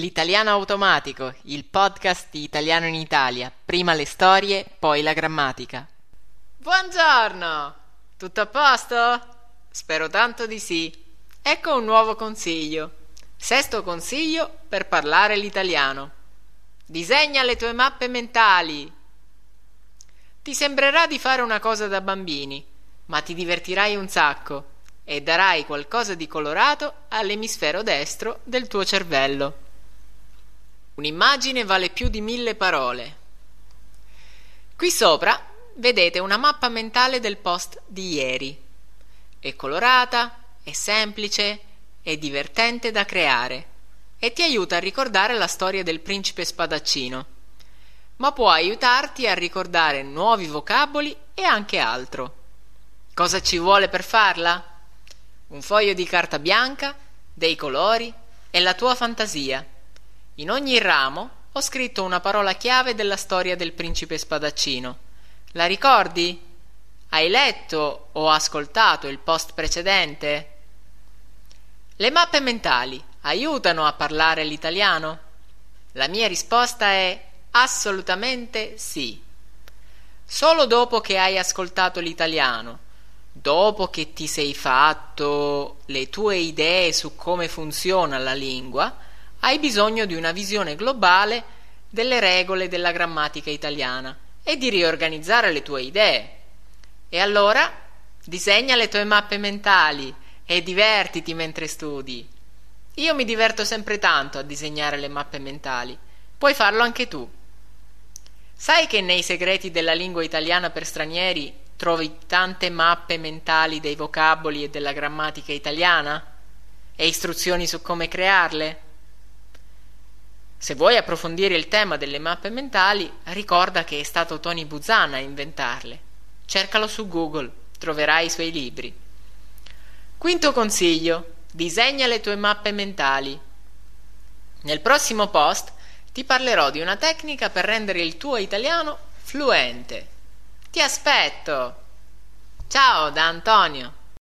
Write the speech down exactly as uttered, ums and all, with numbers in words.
L'Italiano Automatico, il podcast di Italiano in Italia. Prima le storie, poi la grammatica. Buongiorno! Tutto a posto? Spero tanto di sì. Ecco un nuovo consiglio. Sesto consiglio per parlare l'italiano. Disegna le tue mappe mentali. Ti sembrerà di fare una cosa da bambini, ma ti divertirai un sacco e darai qualcosa di colorato all'emisfero destro del tuo cervello. Un'immagine vale più di mille parole. Qui sopra vedete una mappa mentale del post di ieri. È colorata, è semplice, è divertente da creare e ti aiuta a ricordare la storia del principe spadaccino, ma può aiutarti a ricordare nuovi vocaboli e anche altro. Cosa ci vuole per farla? Un foglio di carta bianca, dei colori e la tua fantasia. In ogni ramo ho scritto una parola chiave della storia del principe spadaccino. La ricordi? Hai letto o ascoltato il post precedente? Le mappe mentali aiutano a parlare l'italiano? La mia risposta è assolutamente sì. Solo dopo che hai ascoltato l'italiano, dopo che ti sei fatto le tue idee su come funziona la lingua, hai bisogno di una visione globale delle regole della grammatica italiana e di riorganizzare le tue idee. E allora disegna le tue mappe mentali e divertiti mentre studi. Io mi diverto sempre tanto a disegnare le mappe mentali. Puoi farlo anche tu. Sai che nei segreti della lingua italiana per stranieri trovi tante mappe mentali dei vocaboli e della grammatica italiana? E istruzioni su come crearle? Se vuoi approfondire il tema delle mappe mentali, ricorda che è stato Tony Buzan a inventarle. Cercalo su Google, troverai i suoi libri. Quinto consiglio: disegna le tue mappe mentali. Nel prossimo post ti parlerò di una tecnica per rendere il tuo italiano fluente. Ti aspetto! Ciao da Antonio!